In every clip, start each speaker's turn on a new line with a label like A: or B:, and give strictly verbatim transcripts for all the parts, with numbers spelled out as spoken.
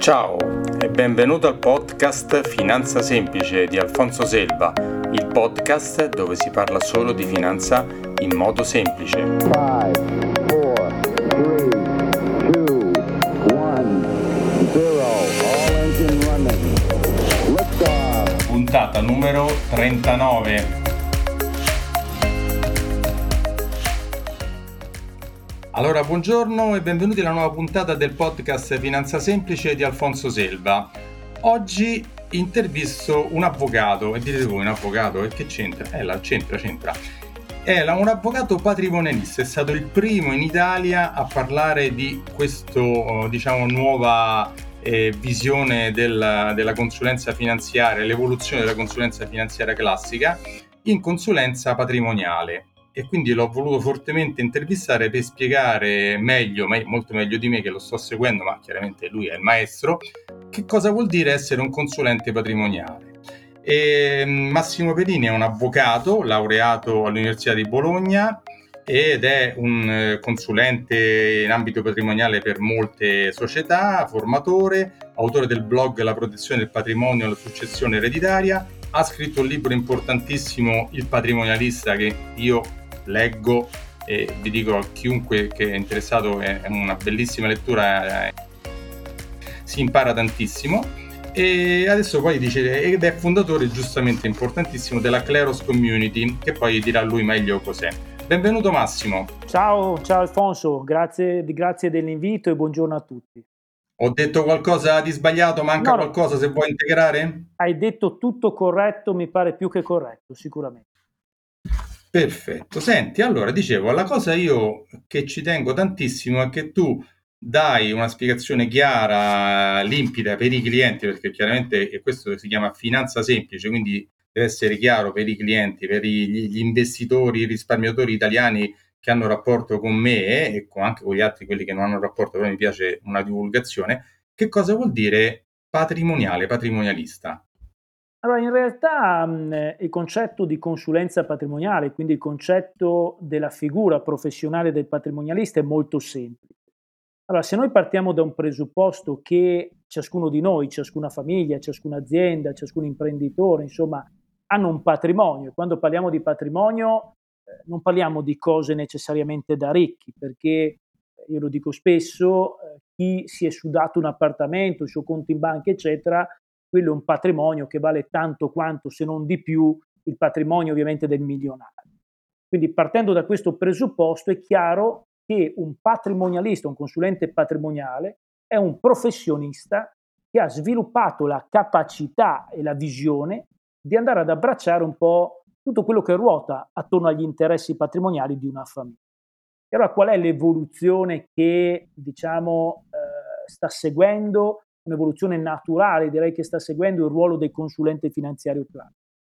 A: Ciao e benvenuto al podcast Finanza Semplice di Alfonso Selva, il podcast dove si parla solo di finanza in modo semplice.
B: five, four, three, two, one, zero. All engine running. Liftoff.
A: Puntata numero trentanove. Allora, buongiorno e benvenuti alla nuova puntata del podcast Finanza Semplice di Alfonso Selva. Oggi intervisto un avvocato, e direte voi un avvocato, e che c'entra? Eh, la c'entra, c'entra. È un avvocato patrimonialista, è stato il primo in Italia a parlare di questo, diciamo, nuova eh, visione della, della consulenza finanziaria, l'evoluzione della consulenza finanziaria classica in consulenza patrimoniale. E quindi l'ho voluto fortemente intervistare per spiegare meglio, me, molto meglio di me che lo sto seguendo, ma chiaramente lui è il maestro, che cosa vuol dire essere un consulente patrimoniale. E Massimo Perini è un avvocato laureato all'Università di Bologna ed è un consulente in ambito patrimoniale per molte società, formatore, autore del blog La protezione del patrimonio e la successione ereditaria. Ha scritto un libro importantissimo, Il patrimonialista, che io leggo e vi dico a chiunque che è interessato, è una bellissima lettura, eh, si impara tantissimo. E adesso poi dice, ed è fondatore giustamente importantissimo della Kleros Community, che poi dirà lui meglio cos'è. Benvenuto Massimo.
C: Ciao, ciao Alfonso, grazie, grazie dell'invito e buongiorno a tutti.
A: Ho detto qualcosa di sbagliato, manca
C: No, no.
A: qualcosa se vuoi integrare?
C: Hai detto tutto corretto, mi pare più che corretto, sicuramente.
A: Perfetto. Senti, allora dicevo, la cosa io che ci tengo tantissimo è che tu dai una spiegazione chiara, limpida per i clienti, perché chiaramente e questo si chiama finanza semplice, quindi deve essere chiaro per i clienti, per gli, gli investitori, i risparmiatori italiani che hanno rapporto con me e con, anche con gli altri, quelli che non hanno rapporto, però mi piace una divulgazione. Che cosa vuol dire patrimoniale, patrimonialista?
C: Allora, in realtà mh, il concetto di consulenza patrimoniale, quindi il concetto della figura professionale del patrimonialista è molto semplice. Allora, se noi partiamo da un presupposto che ciascuno di noi, ciascuna famiglia, ciascuna azienda, ciascun imprenditore, insomma, hanno un patrimonio, e quando parliamo di patrimonio eh, non parliamo di cose necessariamente da ricchi, perché eh, io lo dico spesso, eh, chi si è sudato un appartamento, il suo conto in banca, eccetera, quello è un patrimonio che vale tanto quanto, se non di più, il patrimonio ovviamente del milionario. Quindi partendo da questo presupposto è chiaro che un patrimonialista, un consulente patrimoniale, è un professionista che ha sviluppato la capacità e la visione di andare ad abbracciare un po' tutto quello che ruota attorno agli interessi patrimoniali di una famiglia. E allora qual è l'evoluzione che, diciamo, eh, sta seguendo, un'evoluzione naturale, direi che sta seguendo il ruolo del consulente finanziario classico?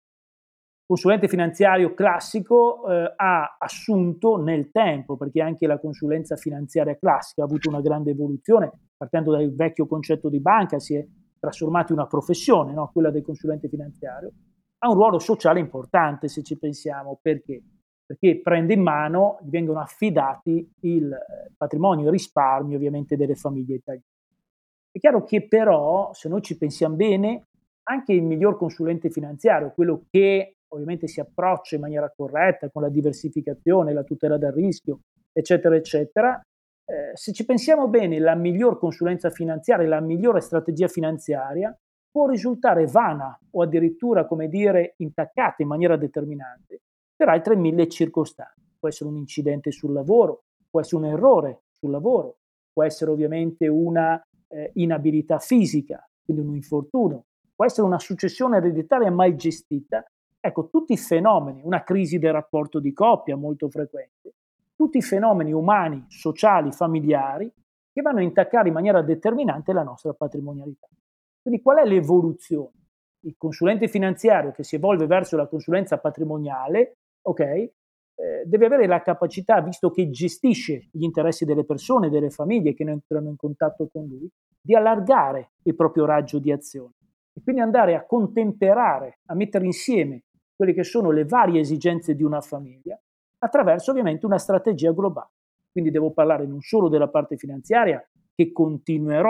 C: Il consulente finanziario classico eh, ha assunto nel tempo, perché anche la consulenza finanziaria classica ha avuto una grande evoluzione, partendo dal vecchio concetto di banca, si è trasformata in una professione, no? Quella del consulente finanziario, ha un ruolo sociale importante se ci pensiamo. Perché? Perché prende in mano, gli vengono affidati il patrimonio e il risparmio ovviamente delle famiglie italiane. È chiaro che però, se noi ci pensiamo bene, anche il miglior consulente finanziario, quello che ovviamente si approccia in maniera corretta con la diversificazione, la tutela dal rischio, eccetera, eccetera, eh, se ci pensiamo bene, la miglior consulenza finanziaria, la migliore strategia finanziaria può risultare vana o addirittura, come dire, intaccata in maniera determinante per altre mille circostanze. Può essere un incidente sul lavoro, può essere un errore sul lavoro, può essere ovviamente una eh, inabilità fisica, quindi un infortunio, può essere una successione ereditaria mal gestita. Ecco, tutti i fenomeni, una crisi del rapporto di coppia molto frequente, tutti i fenomeni umani, sociali, familiari che vanno a intaccare in maniera determinante la nostra patrimonialità. Quindi qual è l'evoluzione? Il consulente finanziario che si evolve verso la consulenza patrimoniale, ok, eh, deve avere la capacità, visto che gestisce gli interessi delle persone, delle famiglie che entrano in contatto con lui, di allargare il proprio raggio di azione e quindi andare a contemperare, a mettere insieme quelle che sono le varie esigenze di una famiglia attraverso ovviamente una strategia globale. Quindi devo parlare non solo della parte finanziaria, che continuerò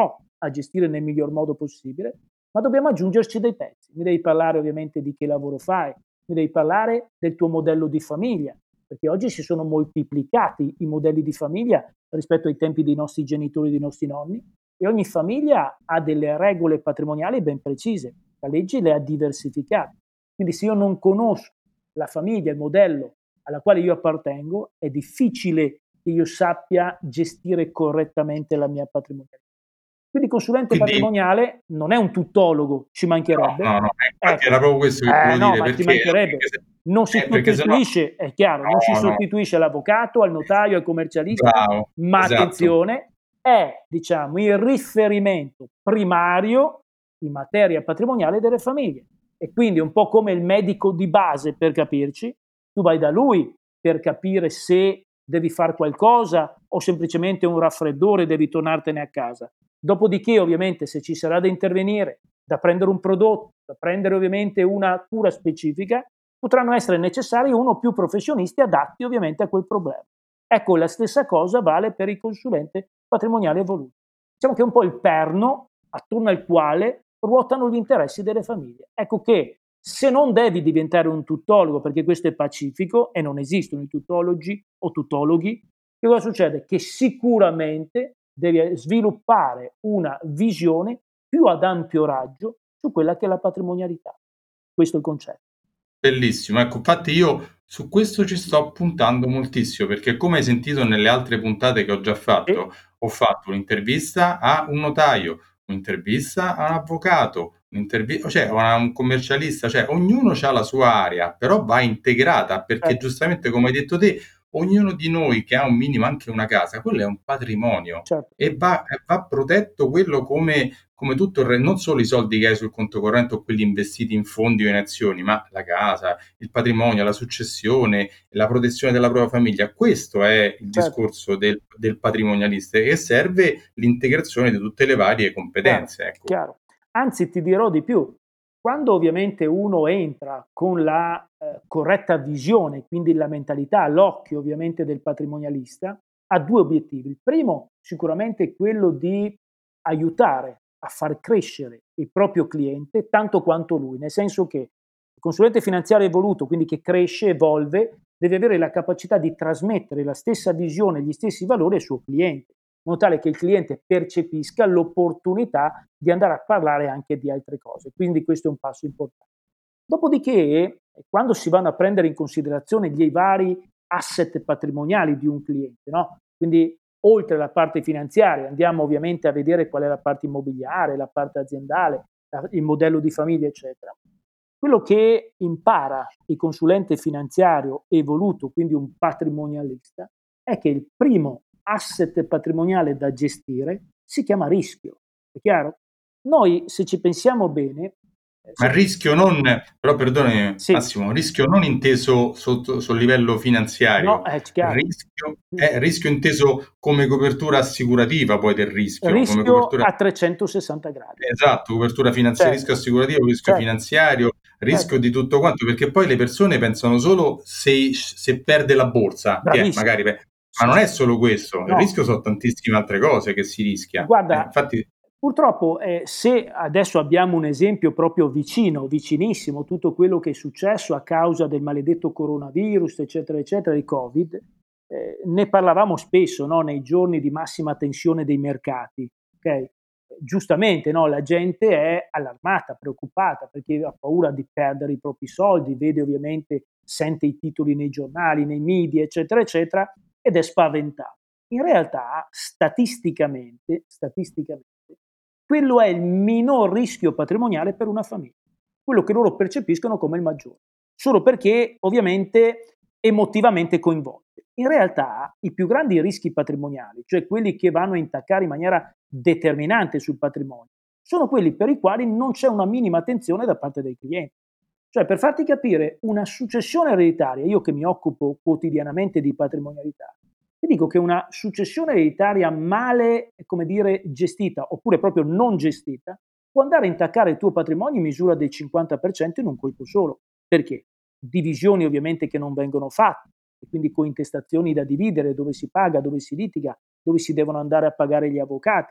C: a gestire nel miglior modo possibile, ma dobbiamo aggiungerci dei pezzi. Mi devi parlare ovviamente di che lavoro fai, mi devi parlare del tuo modello di famiglia, perché oggi si sono moltiplicati i modelli di famiglia rispetto ai tempi dei nostri genitori e dei nostri nonni, e ogni famiglia ha delle regole patrimoniali ben precise, la legge le ha diversificate. Quindi se io non conosco la famiglia, il modello alla quale io appartengo, è difficile che io sappia gestire correttamente la mia patrimonialità. Quindi il consulente
A: Quindi
C: patrimoniale non è un tuttologo, ci
A: no,
C: mancherebbe.
A: no, no, eh, infatti
C: Ecco,
A: era proprio questo che
C: eh,
A: volevo
C: no,
A: dire,
C: ma ci
A: perché perché
C: mancherebbe.
A: se
C: Non si
A: eh, perché sennò
C: sostituisce, è chiaro, non si
A: no, no,
C: sostituisce all'avvocato, al notaio, al commercialista,
A: bravo,
C: ma
A: esatto.
C: attenzione, è, diciamo, il riferimento primario in materia patrimoniale delle famiglie. E quindi un po' come il medico di base, per capirci, tu vai da lui per capire se devi fare qualcosa o semplicemente un raffreddore e devi tornartene a casa. Dopodiché, ovviamente, se ci sarà da intervenire, da prendere un prodotto, da prendere ovviamente una cura specifica, potranno essere necessari uno o più professionisti adatti ovviamente a quel problema. Ecco, la stessa cosa vale per il consulente patrimoniale evoluto. Diciamo che è un po' il perno attorno al quale ruotano gli interessi delle famiglie. Ecco che se non devi diventare un tuttologo, perché questo è pacifico e non esistono i tuttologi o tuttologhi, che cosa succede? Che sicuramente devi sviluppare una visione più ad ampio raggio su quella che è la patrimonialità. Questo è il concetto.
A: Bellissimo, ecco, infatti io su questo ci sto puntando moltissimo, perché come hai sentito nelle altre puntate che ho già
C: E,
A: fatto, ho fatto un'intervista a un notaio, un'intervista a un avvocato, un'intervi- cioè a un commercialista, cioè ognuno ha la sua area, però va integrata, perché
C: certo,
A: giustamente come hai detto te, ognuno di noi che ha un minimo, anche una casa, quello è un patrimonio
C: certo,
A: e va, e va protetto quello come come tutto il re- non solo i soldi che hai sul conto corrente o quelli investiti in fondi o in azioni, ma la casa, il patrimonio, la successione, la protezione della propria famiglia. Questo è il
C: certo,
A: discorso del, del patrimonialista e serve l'integrazione di tutte le varie
C: chiaro,
A: competenze. Ecco.
C: chiaro. Anzi, ti dirò di più. Quando ovviamente uno entra con la eh, corretta visione, quindi la mentalità, l'occhio ovviamente del patrimonialista, ha due obiettivi. Il primo sicuramente è quello di aiutare a far crescere il proprio cliente tanto quanto lui, nel senso che il consulente finanziario evoluto, quindi che cresce, evolve, deve avere la capacità di trasmettere la stessa visione, gli stessi valori al suo cliente, in modo tale che il cliente percepisca l'opportunità di andare a parlare anche di altre cose. Quindi questo è un passo importante. Dopodiché, quando si vanno a prendere in considerazione gli vari asset patrimoniali di un cliente, no? Quindi oltre alla parte finanziaria andiamo ovviamente a vedere qual è la parte immobiliare, la parte aziendale, il modello di famiglia, eccetera. Quello che impara il consulente finanziario evoluto, quindi un patrimonialista, è che il primo asset patrimoniale da gestire si chiama rischio. È chiaro? Noi, se ci pensiamo bene, eh,
A: Ma il
C: se-
A: rischio non, però perdone
C: sì,
A: Massimo, rischio non inteso sotto, sul livello
C: no,
A: finanziario,
C: è chiaro.
A: rischio è rischio inteso come copertura assicurativa poi del rischio, come
C: Rischio
A: copertura.
C: a trecentosessanta gradi.
A: Esatto, copertura finanziaria, rischio
C: Certo,
A: assicurativo, rischio
C: certo,
A: finanziario, rischio
C: certo.
A: di tutto quanto, perché poi le persone pensano solo se, se perde la borsa, che è,
C: Bravissimo.
A: magari, per- ma
C: Sì,
A: non
C: sì.
A: è solo questo, il
C: No,
A: rischio sono tantissime altre cose che si rischia. Eh,
C: guarda,
A: infatti,
C: purtroppo eh, se adesso abbiamo un esempio proprio vicino, vicinissimo, tutto quello che è successo a causa del maledetto coronavirus, eccetera, eccetera, di Covid, eh, ne parlavamo spesso, no, nei giorni di massima tensione dei mercati. Ok? Giustamente, no, la gente è allarmata, preoccupata perché ha paura di perdere i propri soldi, vede ovviamente, sente i titoli nei giornali, nei media, eccetera, eccetera, ed è spaventata. In realtà, statisticamente, statisticamente, quello è il minor rischio patrimoniale per una famiglia, quello che loro percepiscono come il maggiore, solo perché ovviamente emotivamente coinvolte. In realtà i più grandi rischi patrimoniali, cioè quelli che vanno a intaccare in maniera determinante sul patrimonio, sono quelli per i quali non c'è una minima attenzione da parte dei clienti. Cioè, per farti capire, una successione ereditaria, io che mi occupo quotidianamente di patrimonialità, ti dico che una successione ereditaria male, come dire, gestita, oppure proprio non gestita, può andare a intaccare il tuo patrimonio in misura del cinquanta per cento in un colpo solo. Perché? Divisioni ovviamente che non vengono fatte, e quindi cointestazioni da dividere, dove si paga, dove si litiga, dove si devono andare a pagare gli avvocati.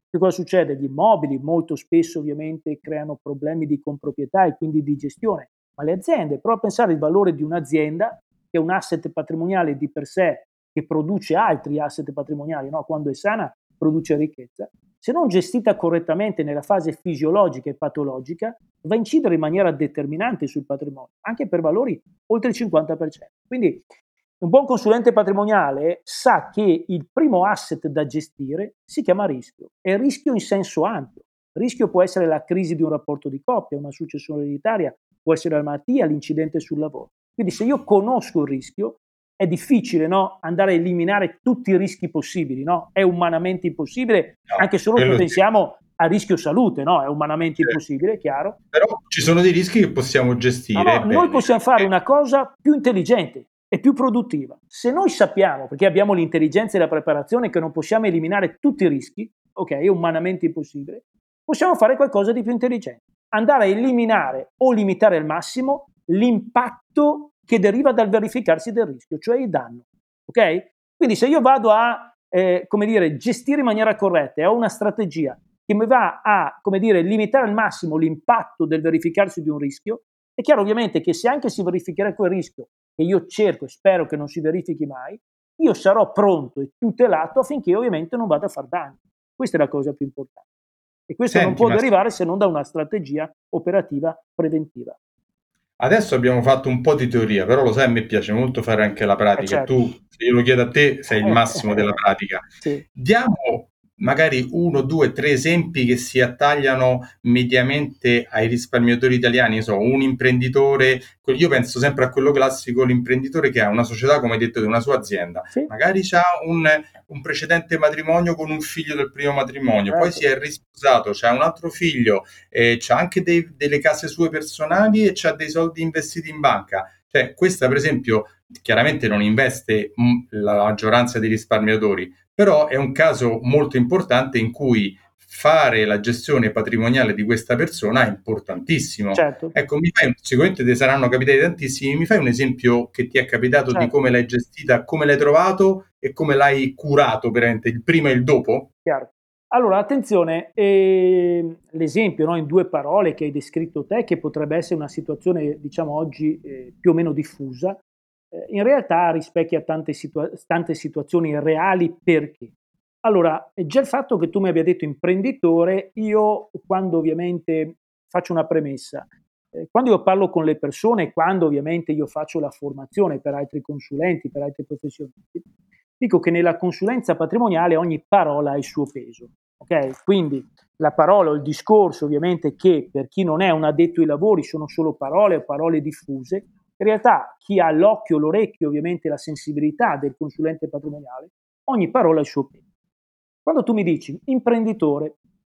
C: che cosa succede? Gli immobili molto spesso ovviamente creano problemi di comproprietà e quindi di gestione, ma le aziende, prova a pensare al valore di un'azienda che è un asset patrimoniale di per sé, che produce altri asset patrimoniali, no? Quando è sana produce ricchezza, se non gestita correttamente nella fase fisiologica e patologica, va a incidere in maniera determinante sul patrimonio, anche per valori oltre il cinquanta per cento. Quindi un buon consulente patrimoniale sa che il primo asset da gestire si chiama rischio, e rischio in senso ampio. Rischio può essere la crisi di un rapporto di coppia, una successione ereditaria, può essere la malattia, l'incidente sul lavoro. Quindi se io conosco il rischio, è difficile, no, andare a eliminare tutti i rischi possibili, no? È umanamente impossibile,
A: No,
C: anche solo se
A: quello sì.
C: pensiamo a rischio salute, no? È umanamente
A: Certo.
C: impossibile, è chiaro.
A: Però ci sono dei rischi che possiamo gestire
C: No, no,
A: bene.
C: noi possiamo fare una cosa più intelligente e più produttiva. Se noi sappiamo, perché abbiamo l'intelligenza e la preparazione, che non possiamo eliminare tutti i rischi, ok, è umanamente impossibile, possiamo fare qualcosa di più intelligente. Andare a eliminare o limitare al massimo l'impatto che deriva dal verificarsi del rischio, cioè il danno. Ok? Quindi se io vado a, eh, come dire, gestire in maniera corretta e ho una strategia che mi va a, come dire, limitare al massimo l'impatto del verificarsi di un rischio, è chiaro ovviamente che se anche si verificherà quel rischio, che io cerco e spero che non si verifichi mai, io sarò pronto e tutelato affinché ovviamente non vada a far danni. Questa è la cosa più importante. E questo
A: Senti,
C: non può
A: ma
C: derivare se non da una strategia operativa preventiva.
A: adesso abbiamo fatto un po' di teoria, però lo sai, a me piace molto fare anche la
C: Eh
A: pratica, e
C: certo.
A: tu, se io lo chiedo a te, sei il massimo della pratica.
C: Sì.
A: Diamo magari uno, due, tre esempi che si attagliano mediamente ai risparmiatori italiani. So, un imprenditore, io penso sempre a quello classico, l'imprenditore che ha una società, come hai detto, di una sua azienda,
C: Sì.
A: magari ha un, un precedente matrimonio con un figlio del primo matrimonio,
C: Certo.
A: poi si è risposato, c'ha un altro figlio, eh, c'ha anche dei, delle case sue personali e c'ha dei soldi investiti in banca. Cioè, questa per esempio chiaramente non investe mh, la maggioranza dei risparmiatori, però è un caso molto importante in cui fare la gestione patrimoniale di questa persona è importantissimo.
C: Certo.
A: Ecco, mi fai, sicuramente te saranno capitati tantissimi, mi fai un esempio che ti è capitato
C: Certo.
A: di come l'hai gestita, come l'hai trovato e come l'hai curato, veramente, il prima e il dopo?
C: Chiaro. Allora, attenzione, eh, l'esempio, no, in due parole che hai descritto te, che potrebbe essere una situazione, diciamo, oggi eh, più o meno diffusa, eh, in realtà rispecchia tante, situa- tante situazioni reali. Perché? Allora, già il fatto che tu mi abbia detto imprenditore, io quando ovviamente faccio una premessa, eh, quando io parlo con le persone, quando ovviamente io faccio la formazione per altri consulenti, per altri professionisti, dico che nella consulenza patrimoniale ogni parola ha il suo peso, ok? Quindi la parola o il discorso, ovviamente, che per chi non è un addetto ai lavori sono solo parole o parole diffuse, in realtà chi ha l'occhio, l'orecchio, ovviamente la sensibilità del consulente patrimoniale, ogni parola ha il suo peso. Quando tu mi dici imprenditore,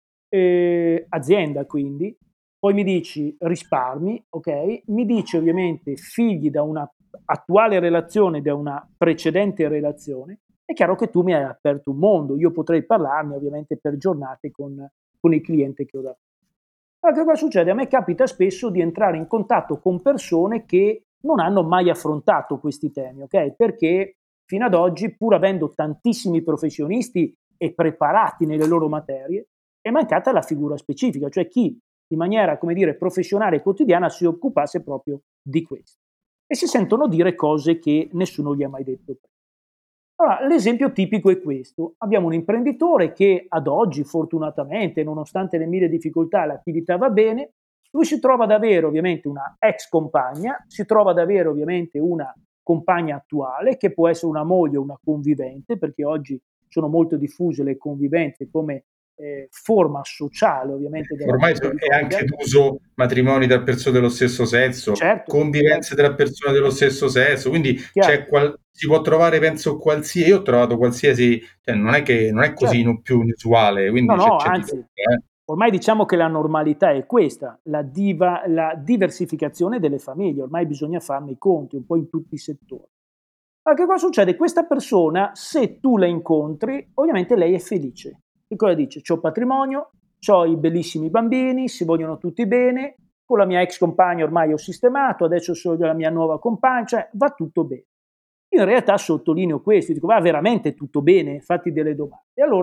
C: eh, azienda quindi, poi mi dici risparmi, ok? Mi dici ovviamente figli da una attuale relazione, da una precedente relazione, è chiaro che tu mi hai aperto un mondo. Io potrei parlarne ovviamente per giornate con, con il cliente che ho da. Allora, che cosa succede? A me capita spesso di entrare in contatto con persone che non hanno mai affrontato questi temi, ok? Perché fino ad oggi, pur avendo tantissimi professionisti e preparati nelle loro materie, è mancata la figura specifica, cioè chi in maniera, come dire, professionale e quotidiana si occupasse proprio di questo. E si sentono dire cose che nessuno gli ha mai detto prima. Allora, l'esempio tipico è questo. Abbiamo un imprenditore che ad oggi, fortunatamente, nonostante le mille difficoltà, l'attività va bene. Lui si trova ad avere ovviamente una ex compagna, si trova ad avere ovviamente una compagna attuale, che può essere una moglie o una convivente, perché oggi sono molto diffuse le convivenze come eh, forma sociale ovviamente della
A: Ormai
C: vita
A: so-
C: di
A: è
C: coppia.
A: anche d'uso matrimoni tra persone dello stesso sesso,
C: Certo,
A: convivenze
C: certo,
A: tra persone dello stesso sesso, quindi
C: chiaro,
A: c'è qual- si può trovare, penso, qualsiasi, io ho trovato qualsiasi, cioè non è che non è così
C: certo.
A: inu- più inusuale,
C: No,
A: quindi c'è,
C: no,
A: c'è di
C: anzi,
A: tutto, eh.
C: ormai diciamo che la normalità è questa, la, diva, la diversificazione delle famiglie, ormai bisogna farne i conti un po' in tutti i settori. Ma che cosa succede? Questa persona, se tu la incontri, ovviamente lei è felice. Che cosa dice? C'ho patrimonio, c'ho i bellissimi bambini, si vogliono tutti bene, con la mia ex compagna ormai ho sistemato, adesso sono la mia nuova compagna, cioè va tutto bene. Io in realtà sottolineo questo, dico va veramente tutto bene? Fatti delle domande. E allora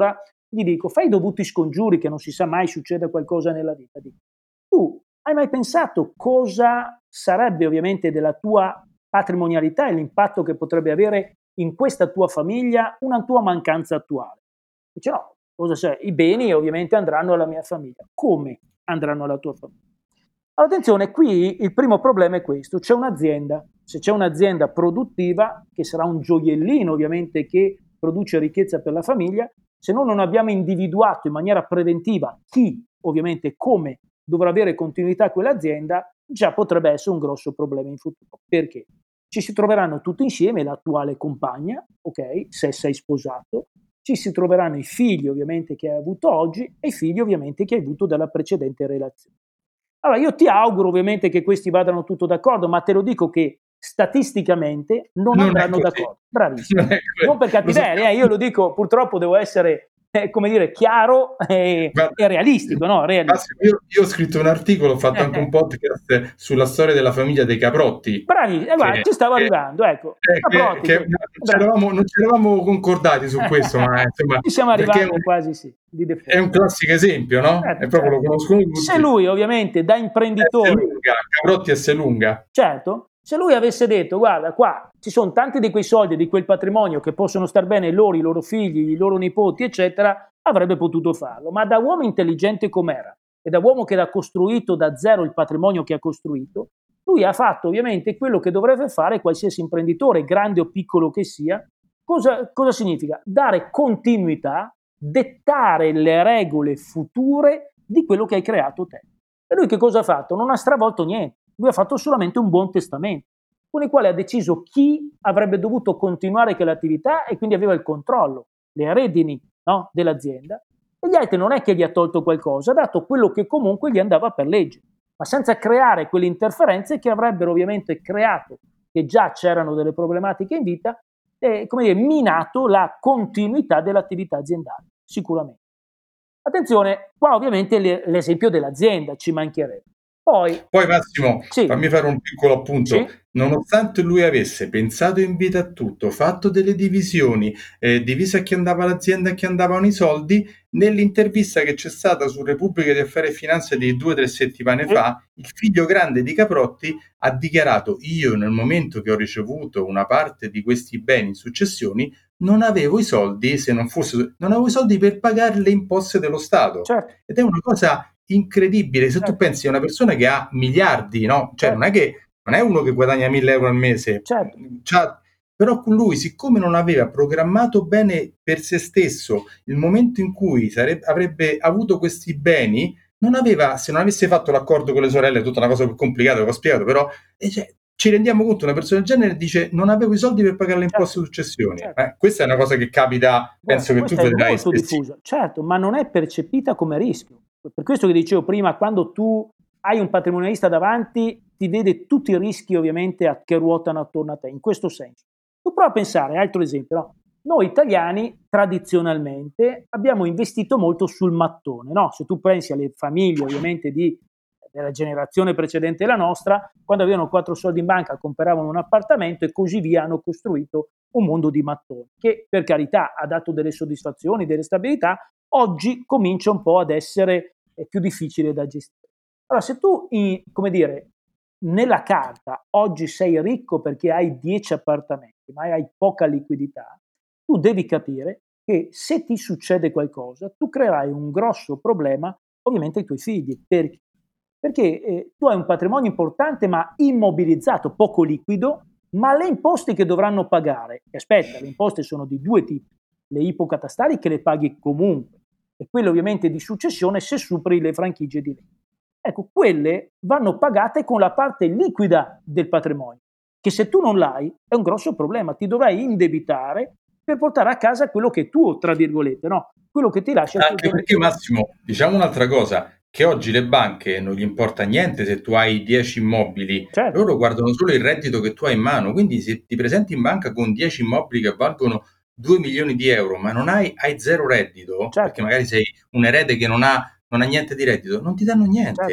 C: gli dico, fai i dovuti scongiuri, che non si sa mai, succede qualcosa nella vita. Dico, tu hai mai pensato cosa sarebbe ovviamente della tua patrimonialità e l'impatto che potrebbe avere in questa tua famiglia una tua mancanza attuale? Dice no, cosa c'è? I beni ovviamente andranno alla mia famiglia. Come andranno alla tua famiglia? Allora, attenzione, qui il primo problema è questo, c'è un'azienda, se c'è un'azienda produttiva, che sarà un gioiellino ovviamente che produce ricchezza per la famiglia, se noi non abbiamo individuato in maniera preventiva chi, ovviamente come dovrà avere continuità quell'azienda, già potrebbe essere un grosso problema in futuro. Perché? Ci si troveranno tutti insieme l'attuale compagna, ok, se sei sposato, ci si troveranno i figli ovviamente che hai avuto oggi e i figli ovviamente che hai avuto dalla precedente relazione. Allora io ti auguro ovviamente che questi vadano tutto d'accordo, ma te lo dico che statisticamente non, non andranno d'accordo. Bravissimo. Non, non per cattiveria, eh, io lo dico, purtroppo devo essere, eh, come dire, chiaro e, guarda, e realistico, no? Realistico.
A: Io, io ho scritto un articolo, ho fatto eh, anche un podcast sulla storia della famiglia dei Caprotti.
C: Bravissimo, eh, guarda, ci stavo che, arrivando, ecco.
A: Eh, Caprotti, che, che, non, c'eravamo, non ci eravamo concordati su questo, ma insomma...
C: Ci siamo arrivati un, quasi, sì. Di
A: è un classico esempio, no?
C: Certo,
A: è proprio
C: certo.
A: Lo conoscono tutti.
C: Se lui ovviamente da imprenditore...
A: S lunga, Caprotti S lunga.
C: Certo. Se lui avesse detto, guarda, qua ci sono tanti di quei soldi, di quel patrimonio che possono star bene loro, i loro figli, i loro nipoti, eccetera, avrebbe potuto farlo. Ma da uomo intelligente com'era e da uomo che ha costruito da zero il patrimonio che ha costruito, lui ha fatto ovviamente quello che dovrebbe fare qualsiasi imprenditore, grande o piccolo che sia. Cosa, cosa significa? Dare continuità, dettare le regole future di quello che hai creato te. E lui che cosa ha fatto? Non ha stravolto niente. Lui ha fatto solamente un buon testamento, con il quale ha deciso chi avrebbe dovuto continuare quell'attività e quindi aveva il controllo, le redini, no, dell'azienda, e gli altri non è che gli ha tolto qualcosa, ha dato quello che comunque gli andava per legge, ma senza creare quelle interferenze che avrebbero ovviamente creato, che già c'erano delle problematiche in vita, e come dire, minato la continuità dell'attività aziendale, sicuramente. Attenzione, qua ovviamente l'esempio dell'azienda ci mancherebbe. Poi,
A: Poi Massimo,
C: sì.
A: fammi fare un piccolo appunto.
C: Sì.
A: Nonostante lui avesse pensato in vita a tutto, fatto delle divisioni, eh, diviso a chi andava l'azienda e a chi andavano i soldi, nell'intervista che c'è stata su Repubblica di Affari e Finanza di due o tre settimane
C: Sì.
A: fa, il figlio grande di Caprotti ha dichiarato: io nel momento che ho ricevuto una parte di questi beni in successioni non avevo i soldi, se non fosse, non avevo i soldi per pagare le imposte dello Stato.
C: Certo.
A: Ed è una cosa incredibile. Se
C: certo.
A: tu pensi a una persona che ha miliardi, no? Cioè
C: certo.
A: non è che non è uno che guadagna mille euro al mese,
C: certo.
A: C'ha, però con lui, siccome non aveva programmato bene per se stesso il momento in cui sarebbe, avrebbe avuto questi beni, non aveva, se non avesse fatto l'accordo con le sorelle, è tutta una cosa più complicata che ho spiegato, però e cioè, ci rendiamo conto, una persona del genere dice non avevo i soldi per pagare le imposte certo. successioni. Certo. Eh, questa è una cosa che capita, penso
C: Guarda,
A: che tu vedrai
C: molto diffusa, certo, ma non è percepita come rischio. Per questo che dicevo prima, quando tu hai un patrimonialista davanti, ti vede tutti i rischi ovviamente a, che ruotano attorno a te, in questo senso. Tu prova a pensare, altro esempio, no? Noi italiani tradizionalmente abbiamo investito molto sul mattone, no? Se tu pensi alle famiglie ovviamente di, della generazione precedente alla nostra, quando avevano quattro soldi in banca compravano un appartamento e così via hanno costruito un mondo di mattoni, che per carità ha dato delle soddisfazioni, delle stabilità, oggi comincia un po' ad essere più difficile da gestire. Allora, se tu, come dire, nella carta oggi sei ricco perché hai dieci appartamenti, ma hai poca liquidità, tu devi capire che se ti succede qualcosa, tu creerai un grosso problema ovviamente ai tuoi figli. Perché? Perché eh, tu hai un patrimonio importante ma immobilizzato, poco liquido, ma le imposte che dovranno pagare, e aspetta, le imposte sono di due tipi, le ipocatastali che le paghi comunque, e quelle ovviamente di successione se superi le franchigie di legge. Ecco, quelle vanno pagate con la parte liquida del patrimonio, che se tu non l'hai è un grosso problema, ti dovrai indebitare per portare a casa quello che tu, tra virgolette, no? Quello che ti lascia.
A: Anche perché Massimo, diciamo un'altra cosa, che oggi le banche non gli importa niente se tu hai dieci immobili, certo. Loro guardano solo il reddito che tu hai in mano, quindi se ti presenti in banca con dieci immobili che valgono due milioni di euro, ma non hai, hai zero reddito, certo. Perché magari sei un erede che non ha, non ha niente di reddito, non ti danno niente.
C: Certo.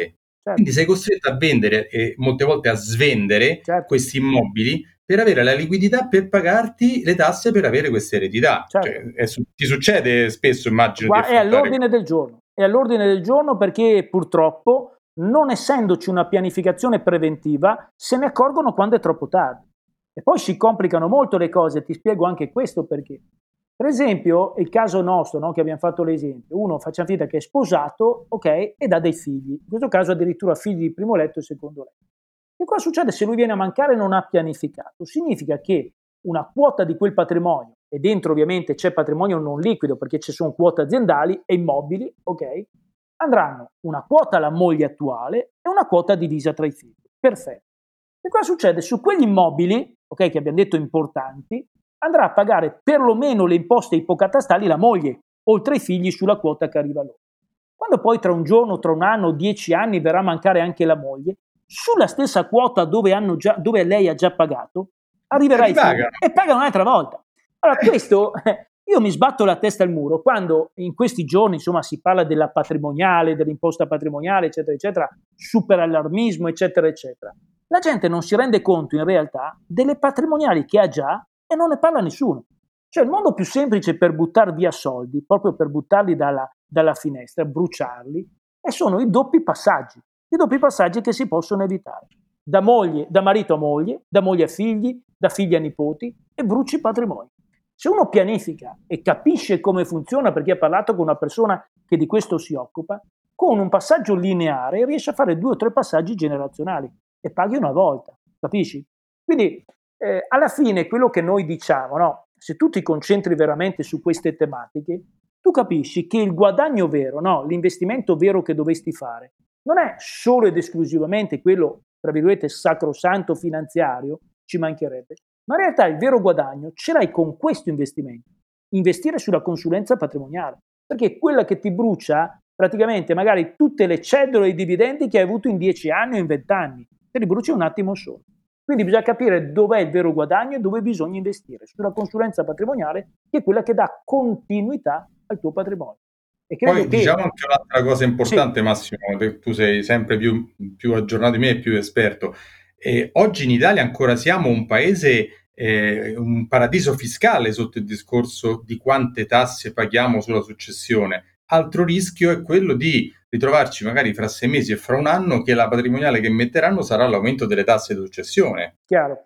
C: certo,
A: Quindi sei costretto a vendere e molte volte a svendere
C: certo,
A: questi immobili per avere la liquidità per pagarti le tasse per avere questa eredità. Cioè,
C: certo.
A: è su- ti succede spesso, immagino, di
C: Gua- È
A: affrontare.
C: all'ordine del giorno, è all'ordine del giorno perché purtroppo, non essendoci una pianificazione preventiva, se ne accorgono quando è troppo tardi. E poi si complicano molto le cose, ti spiego anche questo perché. Per esempio, il caso nostro, no, che abbiamo fatto l'esempio, uno facciamo finta che è sposato, ok, e dà dei figli, in questo caso addirittura figli di primo letto e secondo letto. Che cosa succede se lui viene a mancare e non ha pianificato? Significa che una quota di quel patrimonio, e dentro ovviamente c'è patrimonio non liquido perché ci sono quote aziendali e immobili, ok? Andranno una quota alla moglie attuale e una quota divisa tra i figli. Perfetto. E cosa succede? Su quegli immobili, ok, che abbiamo detto importanti, andrà a pagare perlomeno le imposte ipocatastali la moglie, oltre ai figli sulla quota che arriva loro. Quando poi tra un giorno, tra un anno, dieci anni verrà a mancare anche la moglie, sulla stessa quota dove, hanno già, dove lei ha già pagato, arriverà i figli
A: Ripagano.
C: e pagano un'altra volta. Allora questo, io mi sbatto la testa al muro quando in questi giorni insomma si parla della patrimoniale, dell'imposta patrimoniale, eccetera, eccetera, super allarmismo, eccetera, eccetera. La gente non si rende conto in realtà delle patrimoniali che ha già e non ne parla nessuno. Cioè il modo più semplice per buttare via soldi, proprio per buttarli dalla, dalla finestra, bruciarli, e sono i doppi passaggi, i doppi passaggi che si possono evitare. Da moglie, da marito a moglie, da moglie a figli, da figli a nipoti, e bruci i patrimoni. Se uno pianifica e capisce come funziona, perché ha parlato con una persona che di questo si occupa, con un passaggio lineare riesce a fare due o tre passaggi generazionali e paghi una volta, capisci? Quindi eh, alla fine quello che noi diciamo, no? Se tu ti concentri veramente su queste tematiche, tu capisci che il guadagno vero, no? L'investimento vero che dovresti fare, non è solo ed esclusivamente quello, tra virgolette, sacrosanto finanziario, ci mancherebbe, ma in realtà il vero guadagno ce l'hai con questo investimento, investire sulla consulenza patrimoniale, perché è quella che ti brucia praticamente magari tutte le cedole e i dividendi che hai avuto in dieci anni o in venti anni, te li bruci un attimo solo. Quindi bisogna capire dov'è il vero guadagno e dove bisogna investire, sulla consulenza patrimoniale, che è quella che dà continuità al tuo patrimonio. E credo
A: Poi
C: che,
A: diciamo anche un'altra cosa
C: sì,
A: importante, Massimo, te- tu sei sempre più, più aggiornato di me e più esperto. Eh, oggi in Italia ancora siamo un paese, eh, un paradiso fiscale sotto il discorso di quante tasse paghiamo sulla successione. Altro rischio è quello di ritrovarci magari fra sei mesi e fra un anno che la patrimoniale che metteranno sarà l'aumento delle tasse di successione.
C: chiaro.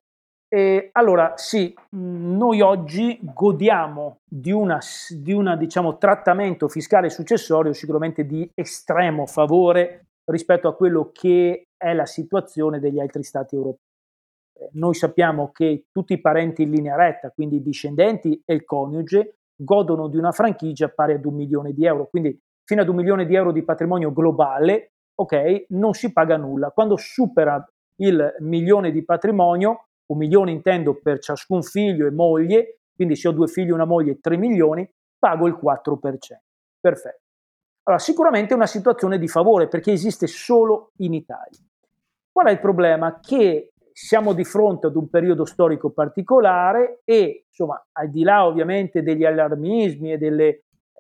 C: E allora, sì, mh, noi oggi godiamo di una, s- di una, diciamo, trattamento fiscale successorio sicuramente di estremo favore rispetto a quello che è la situazione degli altri stati europei. Eh, Noi sappiamo che tutti i parenti in linea retta, quindi i discendenti e il coniuge, godono di una franchigia pari ad un milione di euro, quindi fino ad un milione di euro di patrimonio globale, ok, non si paga nulla. Quando supera il milione di patrimonio, un milione intendo per ciascun figlio e moglie, quindi se ho due figli e una moglie, tre milioni, pago il quattro per cento. Perfetto. Allora, sicuramente è una situazione di favore perché esiste solo in Italia. Qual è il problema? Che siamo di fronte ad un periodo storico particolare e, insomma, al di là ovviamente degli allarmismi e delle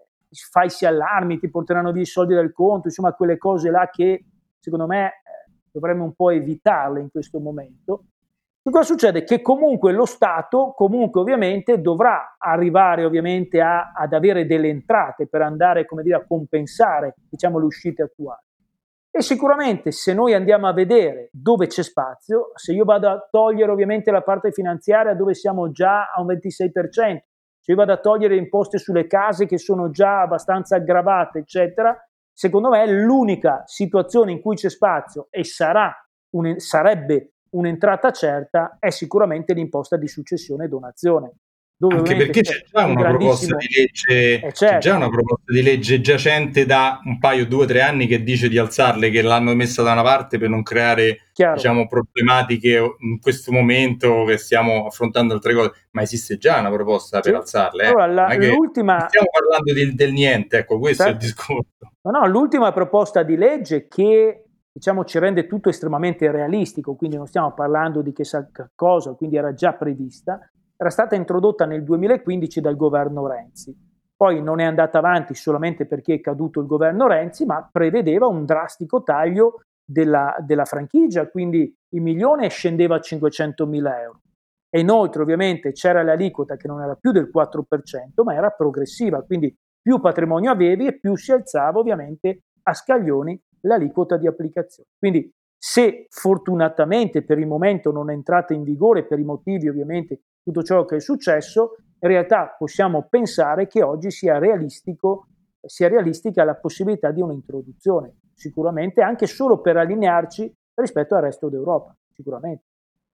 C: falsi allarmi, ti porteranno via i soldi dal conto, insomma, quelle cose là che secondo me eh, dovremmo un po' evitarle in questo momento. Che cosa succede? Che comunque lo Stato, comunque ovviamente, dovrà arrivare ovviamente a, ad avere delle entrate per andare, come dire, a compensare, diciamo, le uscite attuali. E sicuramente se noi andiamo a vedere dove c'è spazio, se io vado a togliere ovviamente la parte finanziaria dove siamo già a un ventisei per cento, se io vado a togliere le imposte sulle case che sono già abbastanza aggravate, eccetera, secondo me l'unica situazione in cui c'è spazio e sarà un, sarebbe un'entrata certa è sicuramente l'imposta di successione e donazione, dove
A: Anche
C: ovviamente
A: perché
C: c'è
A: c'è già
C: un
A: una proposta
C: grandissimo...
A: di legge,
C: Eh
A: c'è già
C: certo,
A: una proposta di legge giacente da un paio, due o tre anni che dice di alzarle, che l'hanno messa da una parte per non creare,
C: chiaro.
A: diciamo, problematiche in questo momento che stiamo affrontando altre cose, ma esiste già una proposta per
C: Sì.
A: alzarle, eh.
C: Allora,
A: Non
C: la-
A: è che
C: l'ultima...
A: stiamo parlando di- del niente, ecco, questo è il
C: Certo.
A: discorso.
C: No, no, l'ultima proposta di legge che diciamo ci rende tutto estremamente realistico, quindi non stiamo parlando di chissà che cosa, quindi era già prevista, era stata introdotta nel duemilaquindici dal governo Renzi. Poi non è andata avanti solamente perché è caduto il governo Renzi, ma prevedeva un drastico taglio della, della franchigia, quindi il milione scendeva a cinquecentomila euro. E inoltre ovviamente c'era l'aliquota che non era più del quattro per cento, ma era progressiva, quindi più patrimonio avevi e più si alzava ovviamente a scaglioni l'aliquota di applicazione. Quindi se fortunatamente per il momento non è entrata in vigore, per i motivi ovviamente tutto ciò che è successo, in realtà possiamo pensare che oggi sia realistico, sia realistica la possibilità di un'introduzione, sicuramente anche solo per allinearci rispetto al resto d'Europa, sicuramente.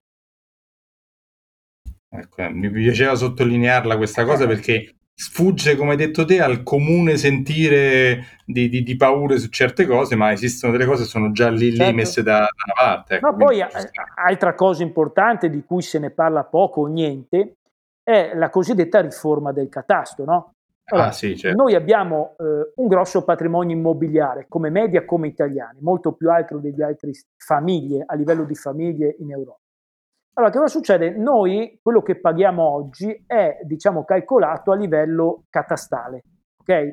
A: Ecco, mi piaceva sottolinearla questa cosa perché sfugge, come hai detto te, al comune sentire di, di, di paure su certe cose, ma esistono delle cose che sono già lì,
C: Certo.
A: lì messe da, da una parte. Ecco,
C: no, poi
A: quindi,
C: a- altra cosa importante di cui se ne parla poco o niente è la cosiddetta riforma del catasto, no? Allora,
A: ah, sì, certo.
C: noi abbiamo eh, un grosso patrimonio immobiliare come media, come italiani, molto più alto degli altri famiglie, a livello di famiglie in Europa. Allora, che cosa succede? Noi quello che paghiamo oggi è, diciamo, calcolato a livello catastale, ok?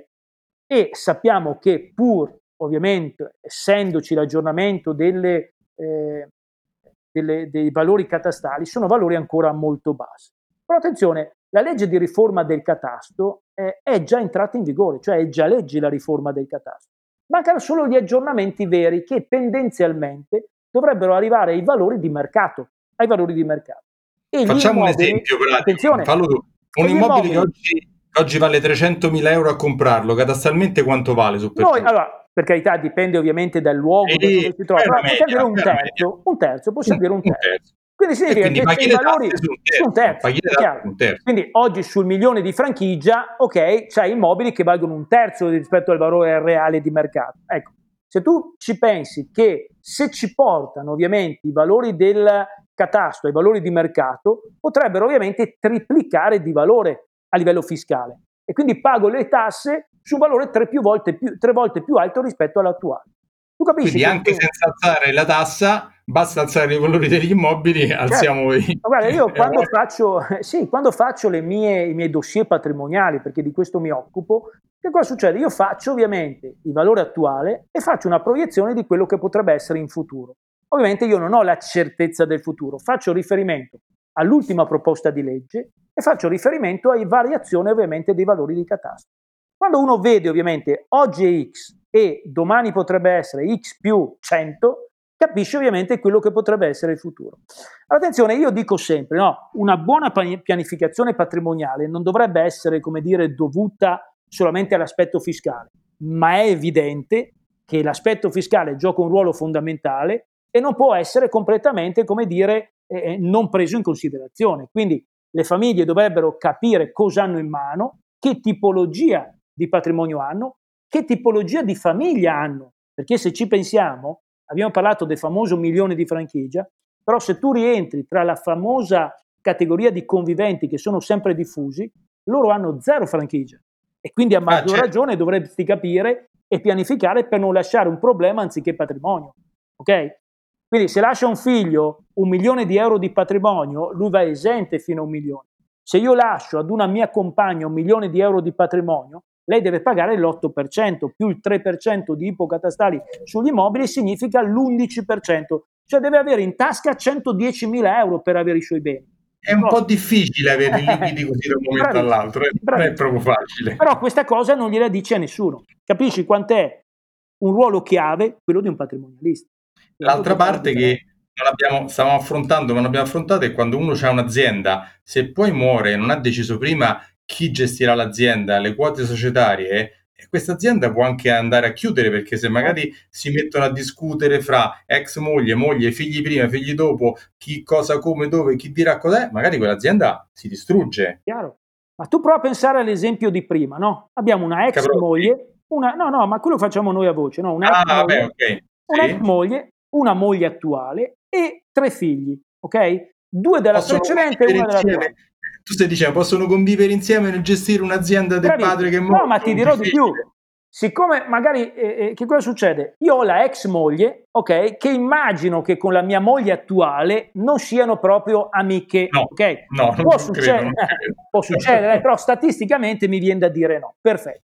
C: E sappiamo che pur, ovviamente, essendoci l'aggiornamento delle, eh, delle, dei valori catastali, sono valori ancora molto bassi. Però attenzione, la legge di riforma del catasto eh, è già entrata in vigore, cioè è già legge la riforma del catasto. Mancano solo gli aggiornamenti veri che tendenzialmente dovrebbero arrivare ai valori di mercato, ai valori di mercato. E gli
A: Facciamo un
C: immobili,
A: esempio pratico.
C: attenzione,
A: Fallo tu.
C: e
A: Un
C: gli
A: immobile che
C: immobili,
A: oggi, oggi vale trecentomila euro a comprarlo, catastalmente quanto vale su per
C: noi,
A: giù?
C: allora, per carità, dipende ovviamente dal luogo, da
A: E
C: dove si trova,
A: fai una
C: però possiamo
A: media,
C: dire un
A: fai una media.
C: terzo, un terzo, possiamo
A: Un,
C: dire un
A: un
C: terzo.
A: terzo.
C: Quindi
A: E
C: significa
A: quindi
C: che se
A: paghi
C: i
A: le
C: valori
A: tasse su un
C: su un
A: terzo.
C: terzo,
A: Paghi le
C: è
A: tasse
C: chiaro.
A: su un terzo.
C: Quindi oggi sul milione di franchigia, ok, c'hai immobili che valgono un terzo rispetto al valore reale di mercato. Ecco, se tu ci pensi che se ci portano ovviamente i valori del catasto ai valori di mercato, potrebbero ovviamente triplicare di valore a livello fiscale. E quindi pago le tasse su un valore tre, più volte più, tre volte più alto rispetto all'attuale. Tu capisci
A: Quindi anche
C: questo?
A: senza alzare la tassa, basta alzare i valori degli immobili, alziamo
C: Certo.
A: i...
C: Ma guarda, io
A: eh,
C: quando faccio, sì, quando faccio le mie, i miei dossier patrimoniali, perché di questo mi occupo, che cosa succede? Io faccio ovviamente il valore attuale e faccio una proiezione di quello che potrebbe essere in futuro. Ovviamente io non ho la certezza del futuro, faccio riferimento all'ultima proposta di legge e faccio riferimento alle variazioni ovviamente dei valori di catasto. Quando uno vede ovviamente oggi è X e domani potrebbe essere X più cento, capisce ovviamente quello che potrebbe essere il futuro. Attenzione, io dico sempre, no, una buona pianificazione patrimoniale non dovrebbe essere, come dire, dovuta solamente all'aspetto fiscale, ma è evidente che l'aspetto fiscale gioca un ruolo fondamentale e non può essere completamente, come dire, eh, non preso in considerazione. Quindi le famiglie dovrebbero capire cosa hanno in mano, che tipologia di patrimonio hanno, che tipologia di famiglia hanno, perché se ci pensiamo, abbiamo parlato del famoso milione di franchigia, però se tu rientri tra la famosa categoria di conviventi che sono sempre diffusi, loro hanno zero franchigia e quindi a maggior
A: ah, certo.
C: ragione dovresti capire e pianificare per non lasciare un problema anziché patrimonio, ok? Quindi se lascia un figlio un milione di euro di patrimonio, lui va esente fino a un milione. Se io lascio ad una mia compagna un milione di euro di patrimonio, lei deve pagare l'otto per cento, più il tre per cento di ipocatastali sugli immobili significa l'undici per cento, cioè deve avere in tasca centodiecimila euro per avere i suoi beni.
A: È un
C: Però,
A: po' difficile averli liquidi così da un momento
C: bravissimo,
A: all'altro, eh. non è
C: bravissimo.
A: proprio facile.
C: Però questa cosa non gliela dice a nessuno. Capisci quant'è un ruolo chiave quello di un patrimonialista?
A: L'altra parte che non abbiamo, stavamo affrontando, ma non abbiamo affrontato è quando uno ha un'azienda, se poi muore e non ha deciso prima chi gestirà l'azienda, le quote societarie, e questa azienda può anche andare a chiudere, perché se magari si mettono a discutere fra ex moglie, moglie, figli prima, figli dopo, chi cosa, come, dove, chi dirà cos'è, magari quell'azienda si distrugge.
C: Chiaro. Ma tu prova a pensare all'esempio di prima, no? Abbiamo una ex
A: Caprotti.
C: moglie, una, no, no, ma quello facciamo noi a voce, no? Una
A: Ah,
C: ex moglie,
A: vabbè, ok.
C: una
A: Sì.
C: ex moglie, una moglie attuale e tre figli, ok? Due della
A: Possono
C: precedente e una
A: convivere insieme.
C: dell'attuale.
A: Tu stai dicendo, possono convivere insieme nel gestire un'azienda del
C: Bravissimo.
A: padre che è
C: No,
A: morto?
C: ma ti dirò di più. Siccome magari, eh, eh, che cosa succede? Io ho la ex moglie, ok, che immagino che con la mia moglie attuale non siano proprio amiche,
A: No,
C: ok?
A: no, non
C: Può
A: credo,
C: succedere,
A: non credo.
C: può succedere, però statisticamente mi viene da dire no. Perfetto.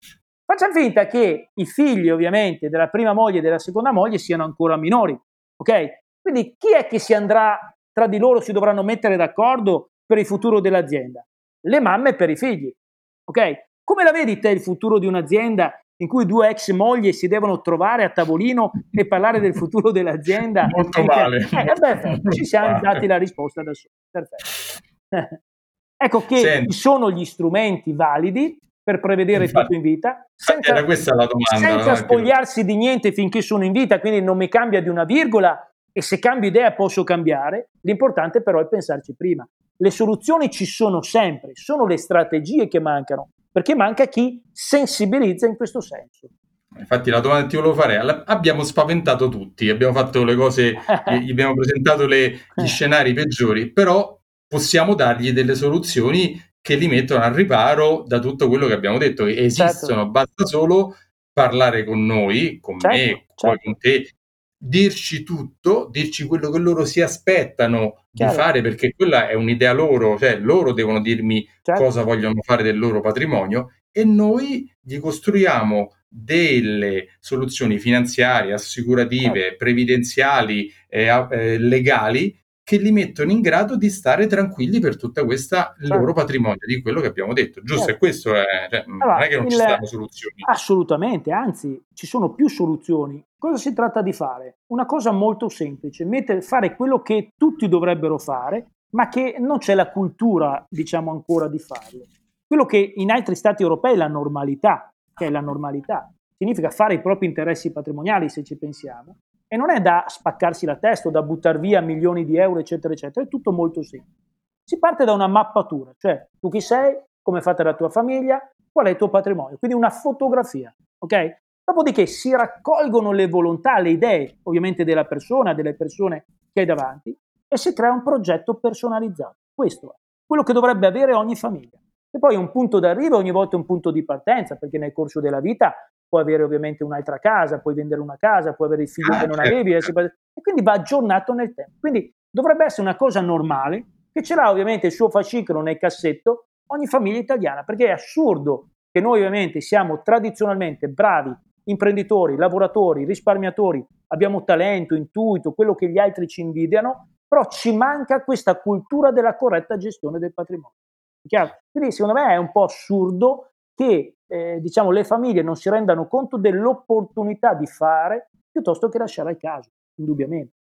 C: facciamo finta che i figli ovviamente della prima moglie e della seconda moglie siano ancora minori, ok? Quindi chi è che si andrà, tra di loro si dovranno mettere d'accordo per il futuro dell'azienda? Le mamme per i figli, ok? Come la vedi te il futuro di un'azienda in cui due ex mogli si devono trovare a tavolino e parlare del futuro dell'azienda?
A: Molto male.
C: Eh, perfetto, ci siamo dati la risposta da soli. Perfetto. Ecco che
A: Senti.
C: ci sono gli strumenti validi per prevedere
A: Infatti,
C: tutto in vita, senza,
A: era questa la domanda,
C: senza
A: no?
C: spogliarsi di niente finché sono in vita, quindi non mi cambia di una virgola e se cambio idea posso cambiare. L'importante però è pensarci prima. Le soluzioni ci sono sempre, sono le strategie che mancano, perché manca chi sensibilizza in questo senso.
A: Infatti la domanda che ti volevo fare, abbiamo spaventato tutti, abbiamo fatto le cose, gli abbiamo presentato le, gli scenari peggiori, però possiamo dargli delle soluzioni che li mettono al riparo da tutto quello che abbiamo detto. Esistono, certo. Basta solo parlare con noi, con
C: certo,
A: me,
C: certo.
A: poi con te, dirci tutto, dirci quello che loro si aspettano Chiaro. Di fare, perché quella è un'idea loro, cioè loro devono dirmi certo. Cosa vogliono fare del loro patrimonio e noi gli costruiamo delle soluzioni finanziarie, assicurative, certo. previdenziali, eh, eh, legali che li mettono in grado di stare tranquilli per tutta questa certo. loro patrimonio, di quello che abbiamo detto, giusto? Certo. E questo è, cioè, allora, non è che non il, ci stanno soluzioni.
C: Assolutamente, anzi, ci sono più soluzioni. Cosa si tratta di fare? Una cosa molto semplice, mettere, fare quello che tutti dovrebbero fare, ma che non c'è la cultura, diciamo, ancora di farlo. Quello che in altri stati europei è la normalità, che è la normalità, significa fare i propri interessi patrimoniali, se ci pensiamo, e non è da spaccarsi la testa o da buttare via milioni di euro, eccetera, eccetera, è tutto molto semplice. Si parte da una mappatura, cioè tu chi sei, come è fatta la tua famiglia, qual è il tuo patrimonio, quindi una fotografia, ok? Dopodiché si raccolgono le volontà, le idee, ovviamente della persona, delle persone che hai davanti, e si crea un progetto personalizzato. Questo è quello che dovrebbe avere ogni famiglia. E poi un punto d'arrivo, ogni volta un punto di partenza, perché nel corso della vita puoi avere ovviamente un'altra casa, puoi vendere una casa, puoi avere il figlio che non avevi, e quindi va aggiornato nel tempo. Quindi dovrebbe essere una cosa normale, che ce l'ha ovviamente il suo fascicolo nel cassetto, ogni famiglia italiana, perché è assurdo che noi ovviamente siamo tradizionalmente bravi imprenditori, lavoratori, risparmiatori, abbiamo talento, intuito, quello che gli altri ci invidiano, però ci manca questa cultura della corretta gestione del patrimonio. Chiaro? Quindi secondo me è un po' assurdo che eh, diciamo, le famiglie non si rendano conto dell'opportunità di fare piuttosto che lasciare al caso, indubbiamente.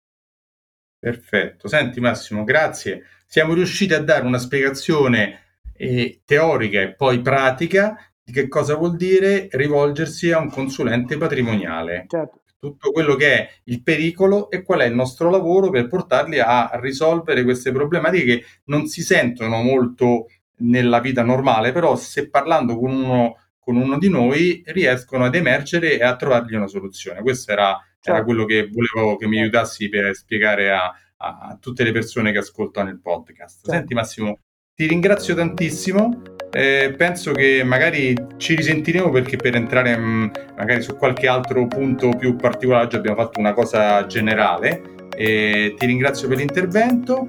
A: Perfetto. Senti Massimo, grazie. Siamo riusciti a dare una spiegazione eh, teorica e poi pratica di che cosa vuol dire rivolgersi a un consulente patrimoniale.
C: Certo.
A: Tutto quello che è il pericolo e qual è il nostro lavoro per portarli a risolvere queste problematiche che non si sentono molto nella vita normale, però se parlando con uno, con uno di noi riescono ad emergere e a trovargli una soluzione. Questo era, certo. era quello che volevo che mi aiutassi per spiegare a, a tutte le persone che ascoltano il podcast. Certo. Senti Massimo, ti ringrazio tantissimo. Eh, penso che magari ci risentiremo perché per entrare mh, magari su qualche altro punto più particolare oggi abbiamo fatto una cosa generale. Eh, ti ringrazio per l'intervento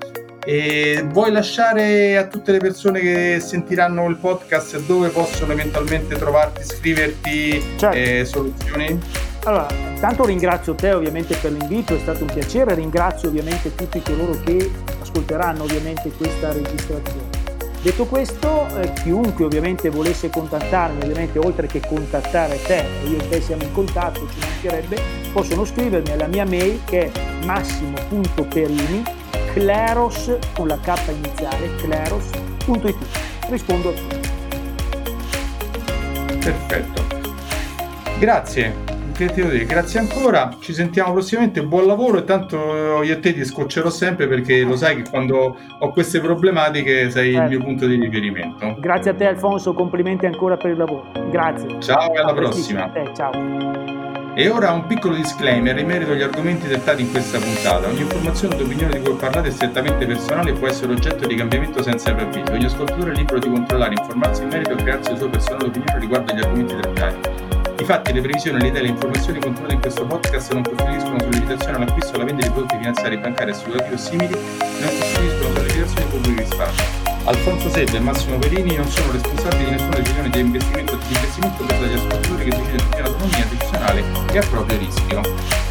A: e vuoi lasciare a tutte le persone che sentiranno il podcast dove possono eventualmente trovarti, scriverti certo. eh, soluzioni?
C: Allora, tanto ringrazio te ovviamente per l'invito, è stato un piacere, ringrazio ovviamente tutti coloro che ascolteranno ovviamente questa registrazione. Detto questo, eh, chiunque ovviamente volesse contattarmi, ovviamente oltre che contattare te, io e te siamo in contatto, ci mancherebbe, possono scrivermi alla mia mail che è massimo punto perini cleros con la K iniziale cleros punto it. Rispondo a tutti.
A: Perfetto. Grazie. Che ti devo dire? Grazie ancora, ci sentiamo prossimamente, buon lavoro e tanto io e te ti scoccerò sempre perché lo sai che quando ho queste problematiche sei eh. il mio punto di riferimento.
C: Grazie a te Alfonso, complimenti ancora per il lavoro. Grazie.
A: Ciao e alla prossima.
C: Te, ciao.
A: E ora un piccolo disclaimer in merito agli argomenti trattati in questa puntata. Ogni informazione ed opinione di cui parlate è strettamente personale e può essere oggetto di cambiamento senza preavviso. Ogni ascoltatore è libero di controllare, informarsi in merito e crearsi la sua personale opinione riguardo agli argomenti trattati. Infatti le previsioni, le idee e le informazioni contenute in questo podcast non costituiscono sollecitazione all'acquisto o alla vendita di prodotti finanziari, bancari, assicurativi o simili, non costituiscono sollecitazioni pubblici risparmio. Alfonso Selva e Massimo Perini non sono responsabili di nessuna decisione di investimento, di investimento per dagli ascoltatori che decidono di autonomia decisionale e a proprio rischio.